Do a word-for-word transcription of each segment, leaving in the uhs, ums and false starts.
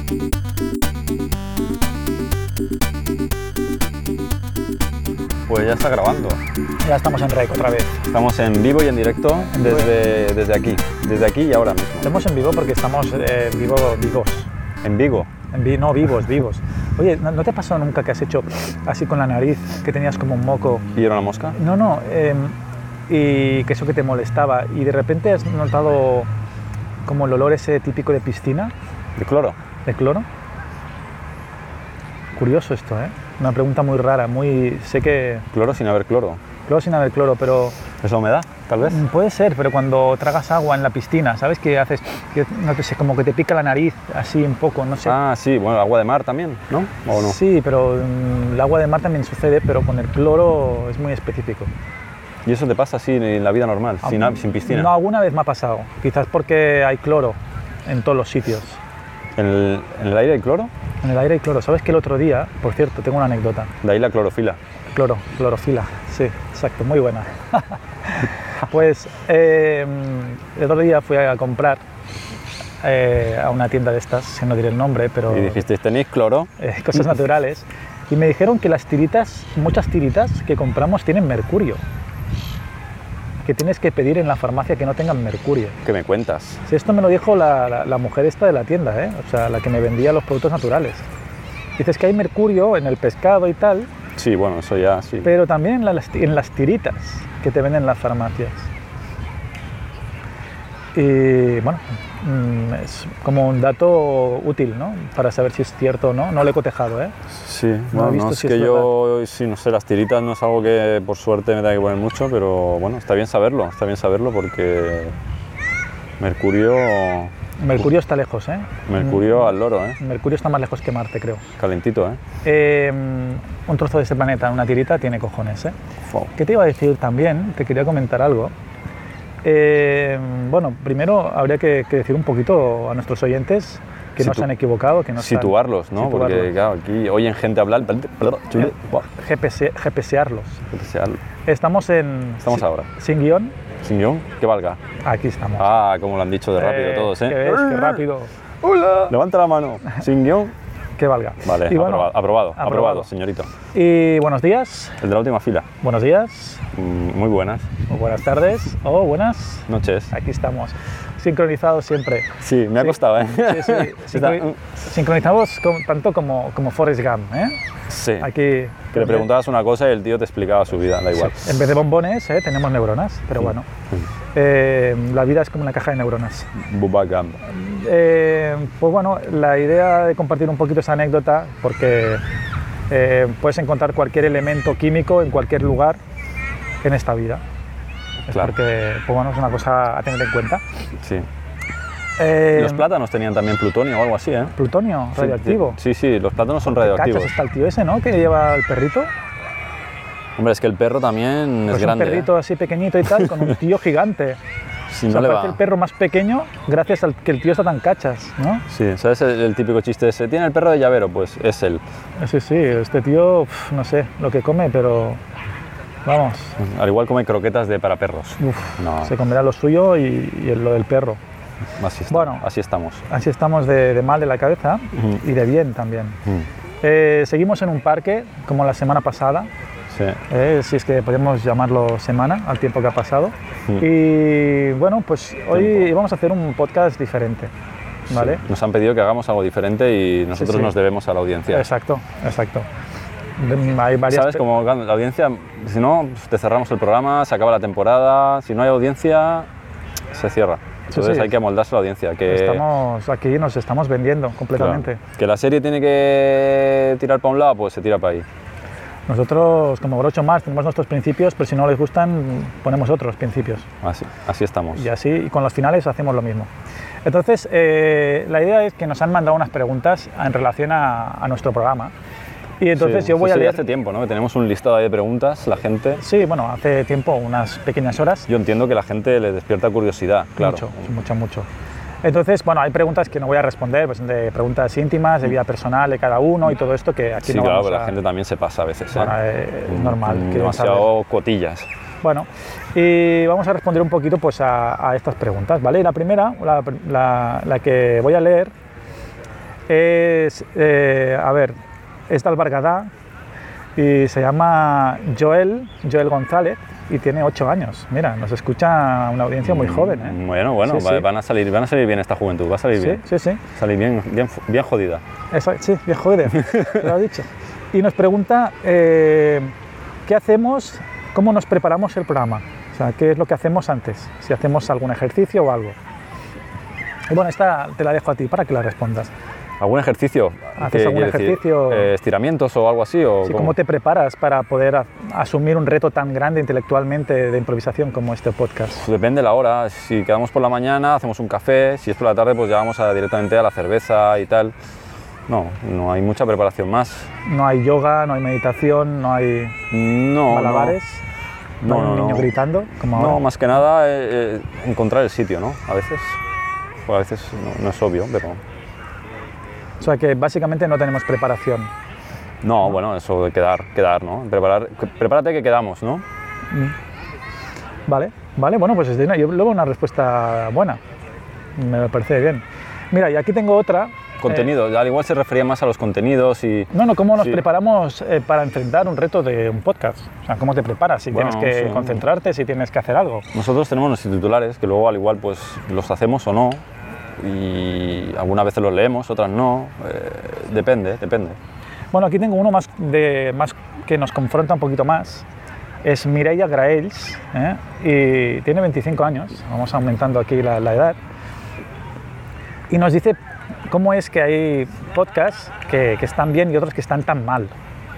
Pues ya está grabando. Ya estamos en Rec otra vez. Estamos en vivo y en directo desde, desde aquí, desde aquí y ahora mismo. Estamos en vivo porque estamos eh, vivo, vivos. ¿En Vigo? En vi, no, vivos, vivos. Oye, ¿no, ¿no te ha pasado nunca que has hecho así con la nariz, que tenías como un moco? ¿Y era una mosca? No, no, eh, y que eso que te molestaba y de repente has notado como el olor ese típico de piscina? ¿De cloro? ¿De cloro? Curioso esto, ¿eh? Una pregunta muy rara, muy... sé que... ¿Cloro sin haber cloro? Cloro sin haber cloro, pero... ¿Es la humedad, tal vez? Puede ser, pero cuando tragas agua en la piscina, ¿sabes qué haces? Que, no sé, como que te pica la nariz, así un poco, no sé. Ah, sí, bueno, agua de mar también, ¿no? ¿O no? Sí, pero um, el agua de mar también sucede, pero con el cloro es muy específico. ¿Y eso te pasa así en la vida normal, sin, Ah, sin piscina? No, alguna vez me ha pasado, quizás porque hay cloro en todos los sitios. ¿En el, en el aire hay cloro? En el aire hay cloro. ¿Sabes que el otro día, por cierto, tengo una anécdota? De ahí la clorofila. Cloro, clorofila, sí, exacto, muy buena. Pues eh, el otro día fui a comprar eh, a una tienda de estas, que no diré el nombre, pero... Y dijisteis, ¿tenéis cloro? Eh, cosas naturales. Y me dijeron que las tiritas, muchas tiritas que compramos tienen mercurio. Que tienes que pedir en la farmacia que no tengan mercurio. ¿Qué me cuentas? Sí, esto me lo dijo la, la, la mujer esta de la tienda, ¿eh? O sea, la que me vendía los productos naturales. Dices que hay mercurio en el pescado y tal. Sí, bueno, eso ya sí. Pero también en las, en las tiritas que te venden en las farmacias. Y bueno, es como un dato útil, ¿no? Para saber si es cierto o no. No lo he cotejado, ¿eh? Sí, no, bueno, he visto no es si que es yo, sí, no sé, las tiritas no es algo que por suerte me tenga que poner mucho, pero bueno, está bien saberlo, está bien saberlo porque mercurio... Mercurio está lejos, ¿eh? Mercurio mm. al loro, ¿eh? Mercurio está más lejos que Marte, creo. Calentito, ¿eh? eh un trozo de este planeta, una tirita, tiene cojones, ¿eh? Wow. ¿Qué te iba a decir también? Te quería comentar algo. Eh, bueno, primero habría que, que decir un poquito a nuestros oyentes que Situ no se han equivocado, que no situarlos, ¿no? Situarlos. Porque claro, aquí oyen gente hablar, eh, GPSearlos. GPSearlos. Estamos en... Estamos ahora. Sin guión. Sin guión, que valga. Aquí estamos. Ah, como lo han dicho de rápido eh, todos, ¿eh? ¿Qué ves? ¡Qué rápido! ¡Hola! Levanta la mano. Sin guión. Que valga. Vale, y bueno, aprobado, aprobado, aprobado, aprobado, señorito. Y buenos días. El de la última fila. Buenos días. Mm, muy buenas. O buenas tardes. O buenas noches. Aquí estamos. Sincronizados siempre. Sí, me ha sí. costado, ¿eh? Sí, sí. Sincro sincronizados con, tanto como, como Forrest Gump, ¿eh? Sí. Aquí, que le preguntabas una cosa y el tío te explicaba su vida, da igual. Sí. En vez de bombones, ¿eh? Tenemos neuronas, pero sí. bueno. Sí. Eh, la vida es como una caja de neuronas. Bubba Gump. Eh, pues bueno, la idea de compartir un poquito esa anécdota, porque eh, puedes encontrar cualquier elemento químico en cualquier lugar en esta vida. Es claro. Porque pues bueno, es una cosa a tener en cuenta. Sí. Eh, los plátanos tenían también plutonio o algo así, ¿eh? ¿Plutonio? ¿Radioactivo? Sí, sí, los plátanos son radioactivos. ¿Cachas? Está el tío ese, ¿no? Que lleva el perrito. Hombre, es que el perro también pues es grande. Un perrito ¿eh? así pequeñito y tal, con un tío gigante. Si o sea, no le parece va. el perro más pequeño gracias al que el tío está tan cachas, ¿no? Sí, ¿sabes el, el típico chiste ese? ¿Tiene el perro de llavero? Pues es él. Sí, sí, este tío, uf, no sé lo que come, pero vamos. Al igual come croquetas de para perros. Uf, no. Se comerá lo suyo y, y lo del perro. Así, está, bueno, así estamos. Así estamos de, de mal de la cabeza uh-huh. y de bien también. Uh-huh. eh, seguimos en un parque como la semana pasada. Sí. Eh, si es que podemos llamarlo semana, al tiempo que ha pasado. Mm. Y bueno, pues hoy tiempo. vamos a hacer un podcast diferente, ¿vale? Sí. Nos han pedido que hagamos algo diferente y nosotros sí, sí. nos debemos a la audiencia. Exacto, exacto. Hay varias... ¿Sabes? Como la audiencia, si no, te cerramos el programa, se acaba la temporada, si no hay audiencia, se cierra. Entonces sí, sí. hay que amoldarse a la audiencia. Que estamos aquí, nos estamos vendiendo completamente. Claro. Que la serie tiene que tirar para un lado, pues se tira para ahí. Nosotros, como Groucho Marx, tenemos nuestros principios, pero si no les gustan, ponemos otros principios. Así, así estamos. Y así, y con los finales hacemos lo mismo. Entonces, eh, la idea es que nos han mandado unas preguntas en relación a, a nuestro programa. Y entonces sí, yo voy sí, a leer... hace tiempo, ¿no? Que tenemos un listado ahí de preguntas, la gente... Sí, bueno, hace tiempo, unas pequeñas horas. Yo entiendo que la gente le despierta curiosidad, claro. Mucho, mucho, mucho. Entonces, bueno, hay preguntas que no voy a responder, pues de preguntas íntimas, de vida personal de cada uno y todo esto que aquí sí, no claro, vamos pero a... la gente también se pasa a veces, ¿eh? Bueno, eh, es normal. Mm, demasiado cotillas. Bueno, y vamos a responder un poquito pues a, a estas preguntas, ¿vale? Y la primera, la, la, la que voy a leer, Es, eh, a ver, es de Albargadá y se llama Joel, Joel González y tiene ocho años. Mira, nos escucha una audiencia muy joven, ¿eh? Bueno, bueno, Sí, va- sí. van a salir, van a salir bien esta juventud, va a salir Sí, bien. sí, sí. Salir bien, bien, bien jodida. Eso, sí, bien joder, te lo he dicho. Y nos pregunta eh, qué hacemos, cómo nos preparamos el programa. O sea, qué es lo que hacemos antes, si hacemos algún ejercicio o algo. Y bueno, esta te la dejo a ti para que la respondas. ¿Algún ejercicio? ¿Haces ¿Qué algún quiere decir? ejercicio? Eh, ¿Estiramientos o algo así? O Sí, cómo? ¿cómo te preparas para poder a- asumir un reto tan grande intelectualmente de improvisación como este podcast? Pues depende de la hora. Si quedamos por la mañana, hacemos un café. Si es por la tarde, pues ya vamos a, directamente a la cerveza y tal. No, no hay mucha preparación más. No hay yoga, no hay meditación, no hay No, malabares, no, no, hay un no, niño no. gritando, como No, ahora. más que nada eh, eh, encontrar el sitio, ¿no? A veces, pues a veces no, no es obvio, pero... O sea que básicamente no tenemos preparación. No, bueno, eso de quedar, quedar, ¿no? Preparar, prepárate que quedamos, ¿no? Vale, vale, bueno, pues es de una- yo luego una respuesta buena. Me parece bien. Mira, y aquí tengo otra. Contenido, al igual se refería más a los contenidos y... Eh, no, no, ¿cómo nos Sí. preparamos eh, para enfrentar un reto de un podcast? O sea, ¿cómo te preparas? Si Bueno, tienes que sí. concentrarte, si tienes que hacer algo. Nosotros tenemos nuestros titulares, que luego al igual pues los hacemos o no, y algunas veces los leemos, otras no, eh, depende, depende. Bueno, aquí tengo uno más, de, más que nos confronta un poquito más. Es Mireia Graells, ¿eh? Y tiene veinticinco años, vamos aumentando aquí la, la edad. Y nos dice cómo es que hay podcasts que, que están bien y otros que están tan mal.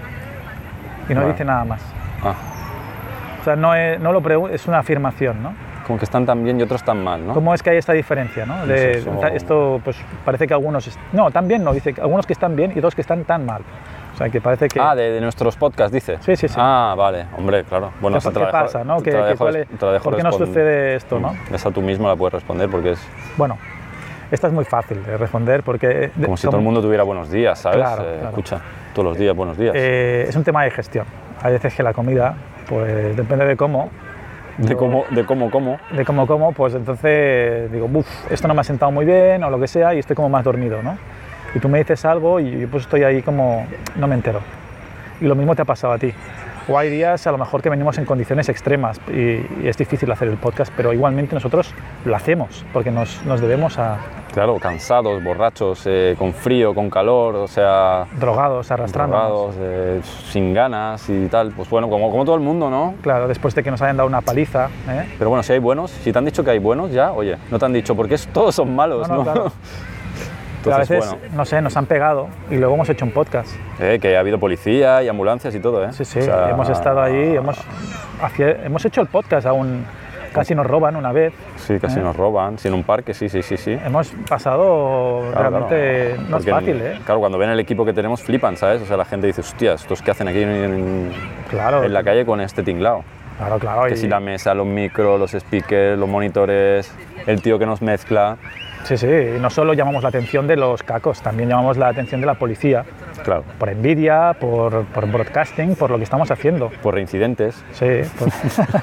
Y no Bueno. dice nada más. Ah, O sea, no es, no lo pregu- es una afirmación, ¿no? como que están tan bien y otros tan mal, ¿no? ¿Cómo es que hay esta diferencia, no? De, Eso, eso. ta- Esto, pues parece que algunos... est- No, tan bien no, dice que algunos que están bien y otros que están tan mal. O sea, que parece que... Ah, de, de nuestros podcasts, dice. Sí, sí, sí. Ah, vale, hombre, claro. Bueno, ¿Qué, esa te qué la dejo- pasa, no? te ¿Qué- la qué- dejo cuál res- es- te la dejo ¿Por qué nos respon- sucede esto, no? Esa tú mismo la puedes responder porque es Bueno, esta es muy fácil de responder porque... de- como si como- todo el mundo tuviera buenos días, ¿sabes? Claro, Eh, claro. Escucha, todos los días buenos días. eh, es un tema de gestión. Hay veces que la comida, pues depende de cómo, de cómo, de cómo, cómo. de cómo como, pues entonces digo, uff, esto no me ha sentado muy bien o lo que sea y estoy como más dormido, ¿no? Y tú me dices algo y yo pues estoy ahí como, no me entero. Y lo mismo te ha pasado a ti. O hay días a lo mejor que venimos en condiciones extremas y, y es difícil hacer el podcast, pero igualmente nosotros lo hacemos porque nos, nos debemos a Claro, cansados, borrachos, eh, con frío, con calor, o sea, drogados, arrastrándonos. drogados, eh, sin ganas y tal. Pues bueno, como, como todo el mundo, ¿no? Claro, después de que nos hayan dado una paliza, ¿eh? Pero bueno, si hay buenos, si te han dicho que hay buenos ya, oye, no te han dicho, porque es- todos son malos, No, ¿no? no, claro. Pero a Entonces, veces, bueno, no sé, nos han pegado y luego hemos hecho un podcast. eh, que ha habido policía y ambulancias y todo, ¿eh? Sí, sí, O sea, hemos estado ahí, hemos, hacia- hemos hecho el podcast aún, casi nos roban una vez. Sí, casi ¿eh? nos roban, sí, en un parque, sí, sí, sí, sí. Hemos pasado, Claro, realmente claro. no es Porque, fácil, ¿eh? Claro, cuando ven el equipo que tenemos flipan, ¿sabes? O sea, la gente dice, hostia, ¿estos qué hacen aquí en, en- Claro, en la calle con este tinglao? claro, claro. Que y- si la mesa, los micros, los speakers, los monitores, el tío que nos mezcla. Sí, sí, y no solo llamamos la atención de los cacos, también llamamos la atención de la policía, Claro, por envidia, por, por broadcasting, por lo que estamos haciendo. por reincidentes. Sí, por,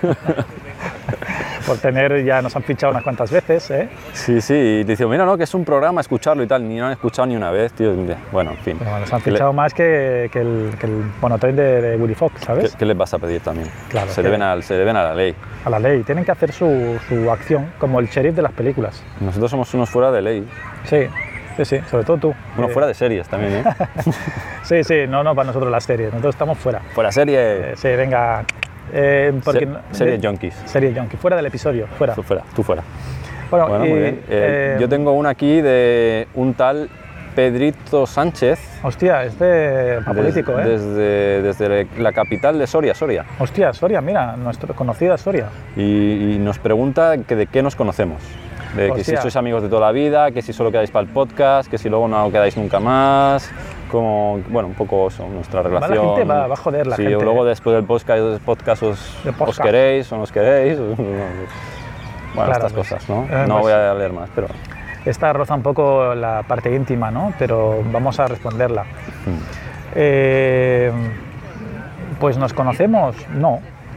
por tener, ya nos han fichado unas cuantas veces, ¿eh? Sí, sí, y te dicen, mira, no, que es un programa, escucharlo y tal. Ni no han escuchado ni una vez, tío. Bueno, en fin. Pero nos han ¿Qué le- fichado más que, que el, que el monotren de, de Willy Fox, ¿Qué, ¿sabes? qué les vas a pedir también? Claro, se, que- deben al- se deben a la ley. A la ley. Tienen que hacer su, su acción, como el sheriff de las películas. Nosotros somos unos fuera de ley. Sí, sí, sí, sobre todo tú. Bueno, Eh, fuera de series también, ¿eh? Sí, sí, no, no, para nosotros las series, nosotros estamos fuera. fuera serie. Eh, sí, venga. Eh, porque Se- no- serie de- junkies. Serie junkie, fuera del episodio, fuera. Tú fuera, tú fuera. Bueno, Bueno, y, muy bien. Eh, eh, yo tengo una aquí de un tal Pedrito Sánchez. Hostia, este pa' político, des- ¿eh? Desde, desde la capital de Soria, Soria. Hostia, Soria, mira, nuestra conocida Soria. Y, y nos pregunta que de qué nos conocemos. De que si Hostia. sois amigos de toda la vida, que si solo quedáis para el podcast, que si luego no quedáis nunca más. Como, bueno, un poco eso, nuestra la relación. gente, va- va a joder la sí, gente. luego después del podcast, podcast os, De podcast. os queréis o no os queréis. Bueno, Claro, estas pues, cosas, ¿no? eh, no pues- voy a leer más, pero... Esta roza un poco la parte íntima, ¿no? Pero vamos a responderla. Mm. Eh, pues nos conocemos, no.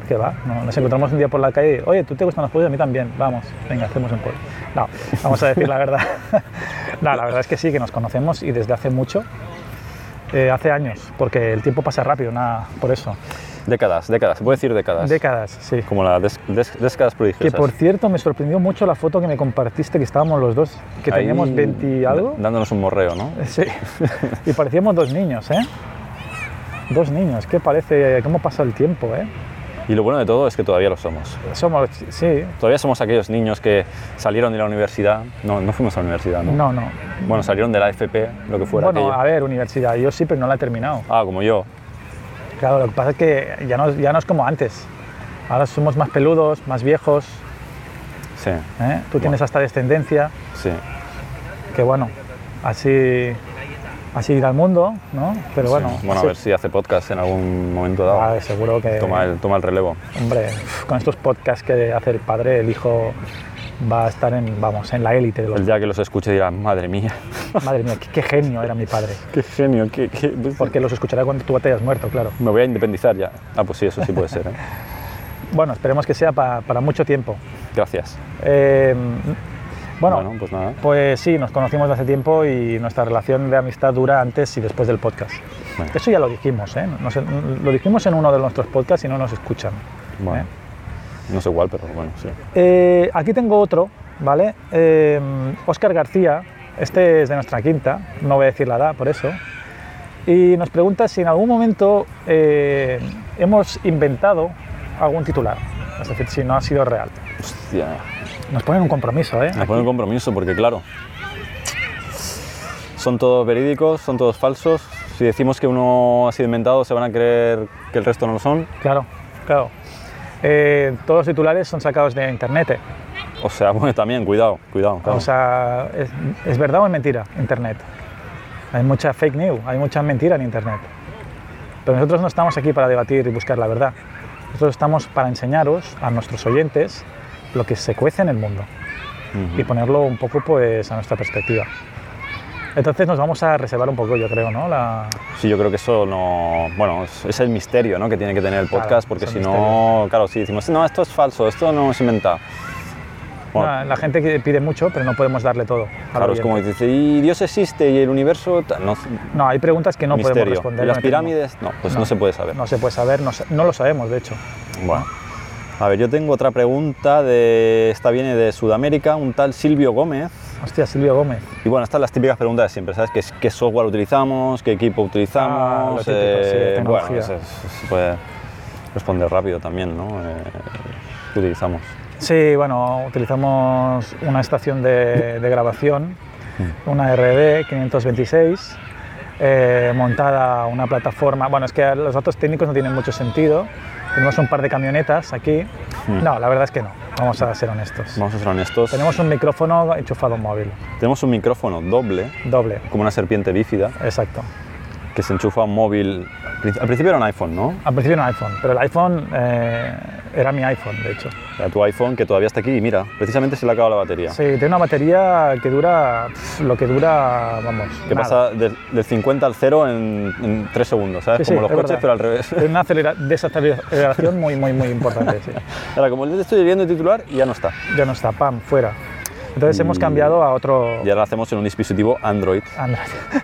que va, no, nos encontramos un día por la calle y, oye, ¿tú te gustan los pollos? A mí también, vamos, venga, hacemos un pollo. No, vamos a decir la verdad. No, la verdad es que sí, que nos conocemos y desde hace mucho, eh, hace años, porque el tiempo pasa rápido, nada, por eso. Décadas, décadas, se puede decir décadas. Décadas, sí. Como las des, des, décadas prodigiosas. Que por cierto, me sorprendió mucho la foto que me compartiste, que estábamos los dos, que ahí, teníamos veinte y algo. Dándonos un morreo, ¿no? Sí, y parecíamos dos niños, ¿eh? Dos niños, ¿qué parece? ¿Cómo pasa el tiempo, eh? Y lo bueno de todo es que todavía lo somos. Somos, sí. Todavía somos aquellos niños que salieron de la universidad. No, no fuimos a la universidad, ¿no? No, no. Bueno, salieron de la F P, lo que fuera. Bueno, aquello. A ver, universidad, yo sí, pero no la he terminado. Ah, como yo. Claro, lo que pasa es que ya no, ya no es como antes. Ahora somos más peludos, más viejos. Sí. ¿eh? Tú bueno. tienes hasta descendencia. Sí. Que bueno, así, así irá el mundo, ¿no? Pero sí. bueno. Bueno, sí. a ver si hace podcast en algún momento dado. Ah, seguro que... Toma el, toma el relevo. Hombre, con estos podcasts que hace el padre, el hijo va a estar en, vamos, en la élite de los... El día que los escuche dirá, madre mía. Madre mía, qué, qué genio era mi padre. Qué genio, qué, qué... Porque los escuchará cuando tú te hayas muerto, claro. Me voy a independizar ya. Ah, pues sí, eso sí puede ser, ¿eh? Bueno, esperemos que sea pa, para mucho tiempo. Gracias. Eh, bueno, bueno, pues nada. Pues sí, nos conocimos de hace tiempo y nuestra relación de amistad dura antes y después del podcast. Bueno. Eso ya lo dijimos, ¿eh? Nos, lo dijimos en uno de nuestros podcasts y no nos escuchan. Bueno. ¿eh? No sé igual, pero bueno, sí. Eh, aquí tengo otro, ¿vale? Eh, Óscar García, este es de nuestra quinta, no voy a decir la edad por eso, y nos pregunta si en algún momento eh, hemos inventado algún titular, es decir, si no ha sido real. Hostia. Nos ponen un compromiso, ¿eh? Nos ponen un compromiso porque, claro, son todos verídicos, son todos falsos. Si decimos que uno ha sido inventado, se van a creer que el resto no lo son. Claro, claro. Eh, todos los titulares son sacados de internet. ¿eh? O sea, bueno, también, cuidado, cuidado. Claro. O sea, ¿es, ¿es verdad o es mentira internet? Hay mucha fake news, hay mucha mentira en internet. Pero nosotros no estamos aquí para debatir y buscar la verdad. Nosotros estamos para enseñaros a nuestros oyentes lo que se cuece en el mundo uh-huh. y ponerlo un poco pues a nuestra perspectiva. Entonces nos vamos a reservar un poco, yo creo, ¿no? La... Sí, yo creo que eso no... Bueno, es, es el misterio, ¿no? que tiene que tener el podcast, claro, porque si no, claro, si decimos, no, esto es falso, esto no es inventado. Bueno, no, la gente pide mucho, pero no podemos darle todo. Claro, es como que dice, ¿y Dios existe y el universo? No, no hay preguntas que no misterio. podemos responder. ¿Y las no pirámides? No, pues no, no se puede saber. No se puede saber, no, no lo sabemos, de hecho. Bueno. A ver, yo tengo otra pregunta, de, esta viene de Sudamérica, un tal Silvio Gómez. Hostia, Silvio Gómez. Y bueno, estas las típicas preguntas de siempre, ¿sabes? ¿Qué, qué software utilizamos? ¿Qué equipo utilizamos? Ah, lo típico, eh, sí, bueno, se, se puede responder rápido también, ¿no? Eh, ¿Qué utilizamos? Sí, bueno, utilizamos una estación de, de grabación, una R D quinientos veintiséis, eh, montada una plataforma. Bueno, es que los datos técnicos no tienen mucho sentido. Tenemos un par de camionetas aquí. Mm. No, la verdad es que no. Vamos a ser honestos. Vamos a ser honestos. Tenemos un micrófono enchufado móvil. Tenemos un micrófono doble. Doble. Como una serpiente bífida. Exacto. Que se enchufa a un móvil. Al principio era un iPhone, ¿no? Al principio era un iPhone, pero el iPhone eh, era mi iPhone, de hecho. Era tu iPhone que todavía está aquí y mira, precisamente se le ha acabado la batería. Sí, tiene una batería que dura pff, lo que dura, vamos, que nada. Pasa del, del cincuenta al cero en, en tres segundos, ¿sabes? Sí, como sí, los coches, verdad. pero al revés. Tiene una acelera desaceleración muy, muy, muy importante, sí. Ahora, como le estoy viendo el titular, ya no está. Ya no está, pam, fuera. Entonces y hemos cambiado a otro... Y ahora lo hacemos en un dispositivo Android. Android.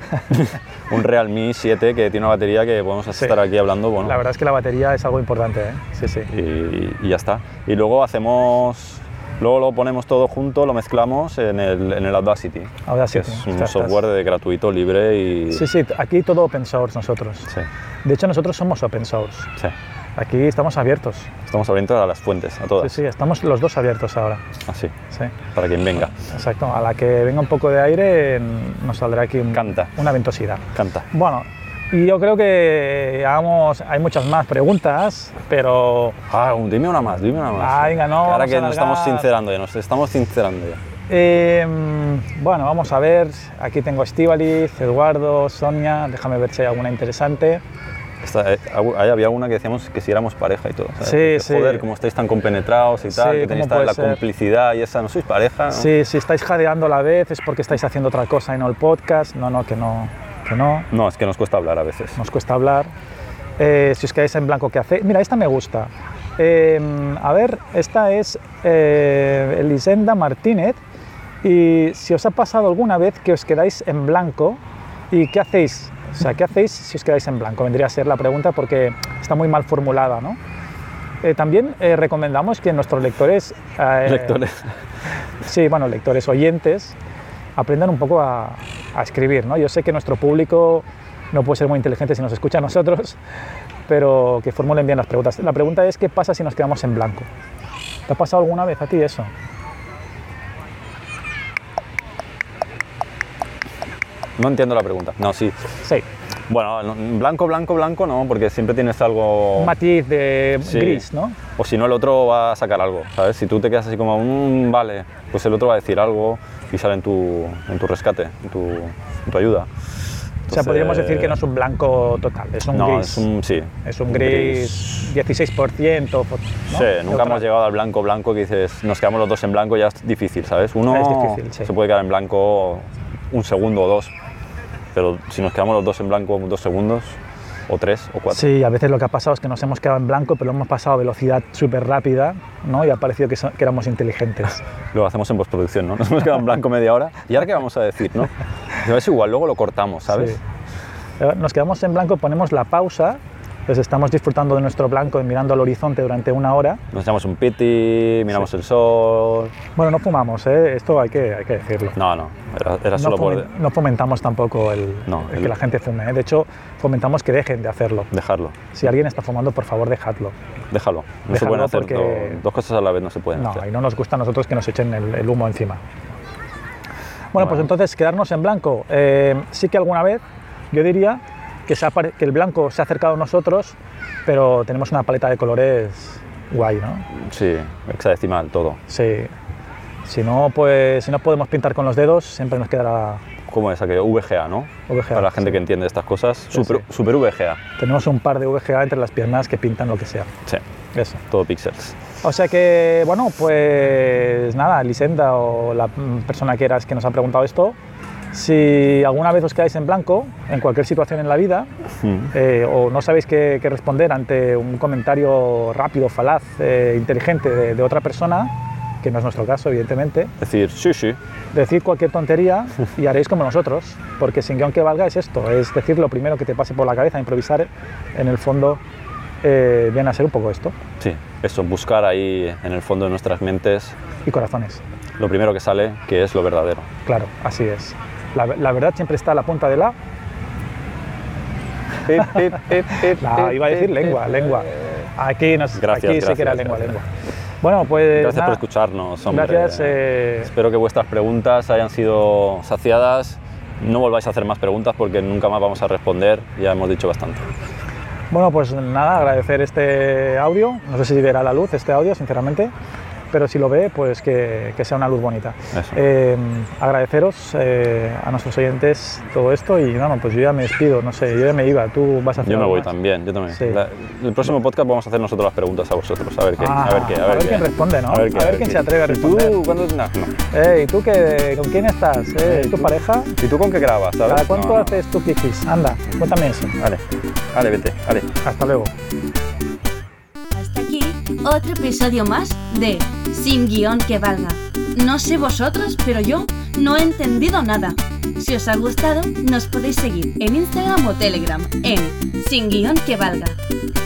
Un Realme siete que tiene una batería que podemos sí. estar aquí hablando. Bueno. La verdad es que la batería es algo importante, ¿eh? Sí, sí. Y, y ya está. Y luego hacemos... Luego lo ponemos todo junto, lo mezclamos en el, en el Audacity, Audacity, que es un estás, software estás. de gratuito, libre y... Sí, sí, aquí todo open source nosotros. Sí. De hecho, nosotros somos open source. Sí. Aquí estamos abiertos. Estamos abiertos a las fuentes, a todas. Sí, sí, estamos los dos abiertos ahora. Así, sí. Para quien venga. Exacto, a la que venga un poco de aire nos saldrá aquí un, Canta. una ventosidad. Canta. Bueno, y yo creo que hagamos, hay muchas más preguntas, pero... Ah, dime una más, dime una más. Ah, venga, no, Ahora que nos nos estamos sincerando ya, nos estamos sincerando ya. Eh, bueno, vamos a ver, aquí tengo a Estíbaliz, Eduardo, Sonia, déjame ver si hay alguna interesante. Esta, eh, ahí había una que decíamos que si éramos pareja y todo, ¿sabes? Sí, que, sí. Joder, cómo estáis tan compenetrados y tal, sí, que tenéis la ser? complicidad y esa, ¿no sois pareja? ¿no? Sí, si estáis jadeando a la vez es porque estáis haciendo otra cosa y no el podcast. No, no, que no, que no. No, es que nos cuesta hablar a veces. Nos cuesta hablar. Eh, si os quedáis en blanco, ¿qué hacéis? Mira, esta me gusta. Eh, a ver, esta es eh, Elisenda Martínez. Y si os ha pasado alguna vez que os quedáis en blanco, ¿y qué hacéis? O sea, ¿qué hacéis si os quedáis en blanco? Vendría a ser la pregunta porque está muy mal formulada, ¿no? Eh, también eh, recomendamos que nuestros lectores... Eh, lectores. Sí, bueno, lectores, oyentes, aprendan un poco a, a escribir, ¿no? Yo sé que nuestro público no puede ser muy inteligente si nos escucha a nosotros, pero que formulen bien las preguntas. La pregunta es, ¿qué pasa si nos quedamos en blanco? ¿Te ha pasado alguna vez a ti eso? No entiendo la pregunta. No, sí. Sí. Bueno, blanco, blanco, blanco no, porque siempre tienes algo... Un matiz de sí. gris, ¿no? O si no, el otro va a sacar algo, ¿sabes? Si tú te quedas así como, mmm, vale, pues el otro va a decir algo y sale en tu, en tu rescate, en tu, en tu ayuda. Entonces, o sea, podríamos decir que no es un blanco total, es un no, gris. Es un, sí. Es un gris, dieciséis por ciento, ¿no? Sí, nunca hemos llegado al blanco, blanco, que dices, nos quedamos los dos en blanco, ya es difícil, ¿sabes? Uno es difícil, sí. se puede quedar en blanco un segundo o dos. Pero si nos quedamos los dos en blanco dos segundos, o tres, o cuatro. Sí, a veces lo que ha pasado es que nos hemos quedado en blanco, pero lo hemos pasado a velocidad súper rápida, ¿no? Y ha parecido que, so que éramos inteligentes. Lo hacemos en postproducción, ¿no? Nos hemos quedado en blanco media hora. ¿Y ahora qué vamos a decir, no? Pero es igual, luego lo cortamos, ¿sabes? Sí. Nos quedamos en blanco, ponemos la pausa, pues estamos disfrutando de nuestro blanco y mirando al horizonte durante una hora. Nos echamos un piti, miramos sí. el sol... Bueno, no fumamos, ¿eh? Esto hay que, hay que decirlo. No, no, era, era solo no por... No fomentamos tampoco el, no, el el... que la gente fume, ¿eh? De hecho, fomentamos que dejen de hacerlo. Dejarlo. Si alguien está fumando, por favor, dejadlo. Déjalo. No Déjalo se pueden hacer porque... do, dos cosas a la vez, no se pueden no, hacer. No, y no nos gusta a nosotros que nos echen el, el humo encima. Bueno, bueno, pues entonces, quedarnos en blanco. Eh, sí que alguna vez, yo diría que, se ha, que el blanco se ha acercado a nosotros, pero tenemos una paleta de colores guay, ¿no? Sí, hexadecimal, todo. Sí. Si no, pues, si no podemos pintar con los dedos, siempre nos quedará... ¿Cómo es aquello? V G A, ¿no? V G A, para la gente sí. que entiende estas cosas. Sí, super, sí. super V G A. Tenemos un par de V G A entre las piernas que pintan lo que sea. Sí. Eso. Todo píxeles. O sea que, bueno, pues nada, Elisenda o la persona que eras que nos ha preguntado esto, si alguna vez os quedáis en blanco, en cualquier situación en la vida, mm. eh, o no sabéis qué, qué responder ante un comentario rápido, falaz, eh, inteligente de, de otra persona, que no es nuestro caso, evidentemente. Decir, sí, sí. Decir cualquier tontería y haréis como nosotros, porque sin guión que valga es esto, es decir lo primero que te pase por la cabeza, improvisar, en el fondo eh, viene a ser un poco esto. Sí, eso, buscar ahí en el fondo de nuestras mentes y corazones lo primero que sale, que es lo verdadero. Claro, así es. La, la verdad siempre está a la punta de la... no, iba a decir lengua, lengua. Aquí, nos, gracias, aquí gracias, sí que era gracias. lengua, lengua. Bueno, pues gracias nada, por escucharnos, hombre. Gracias. Eh... Espero que vuestras preguntas hayan sido saciadas. No volváis a hacer más preguntas porque nunca más vamos a responder. Ya hemos dicho bastante. Bueno, pues nada, agradecer este audio. No sé si verá la luz este audio, sinceramente. Pero si lo ve, pues que, que sea una luz bonita. Eh, agradeceros eh, a nuestros oyentes todo esto y no, no, pues yo ya me despido, no sé, yo ya me iba, tú vas a hacer Yo me voy más. también, yo también. Sí. La, el próximo podcast vamos a hacer nosotros las preguntas a vosotros, a ver qué, ah, a ver qué, a ver, a ver qué. quién responde, ¿no? A ver, qué, a ver, a ver quién qué. se atreve a responder. ¿Y tú cuándo? No, no. Eh, ¿y tú qué, con quién estás? Eh, ¿Tu pareja? ¿Y tú con qué grabas? ¿Sabes? ¿Cada cuánto no, no. haces tú kikis? Anda, cuéntame eso. Vale, vale, vete, vale. Hasta luego. Hasta aquí otro episodio más de Sin Guión que Valga. No sé vosotros, pero yo no he entendido nada. Si os ha gustado, nos podéis seguir en Instagram o Telegram en Sin Guión que Valga.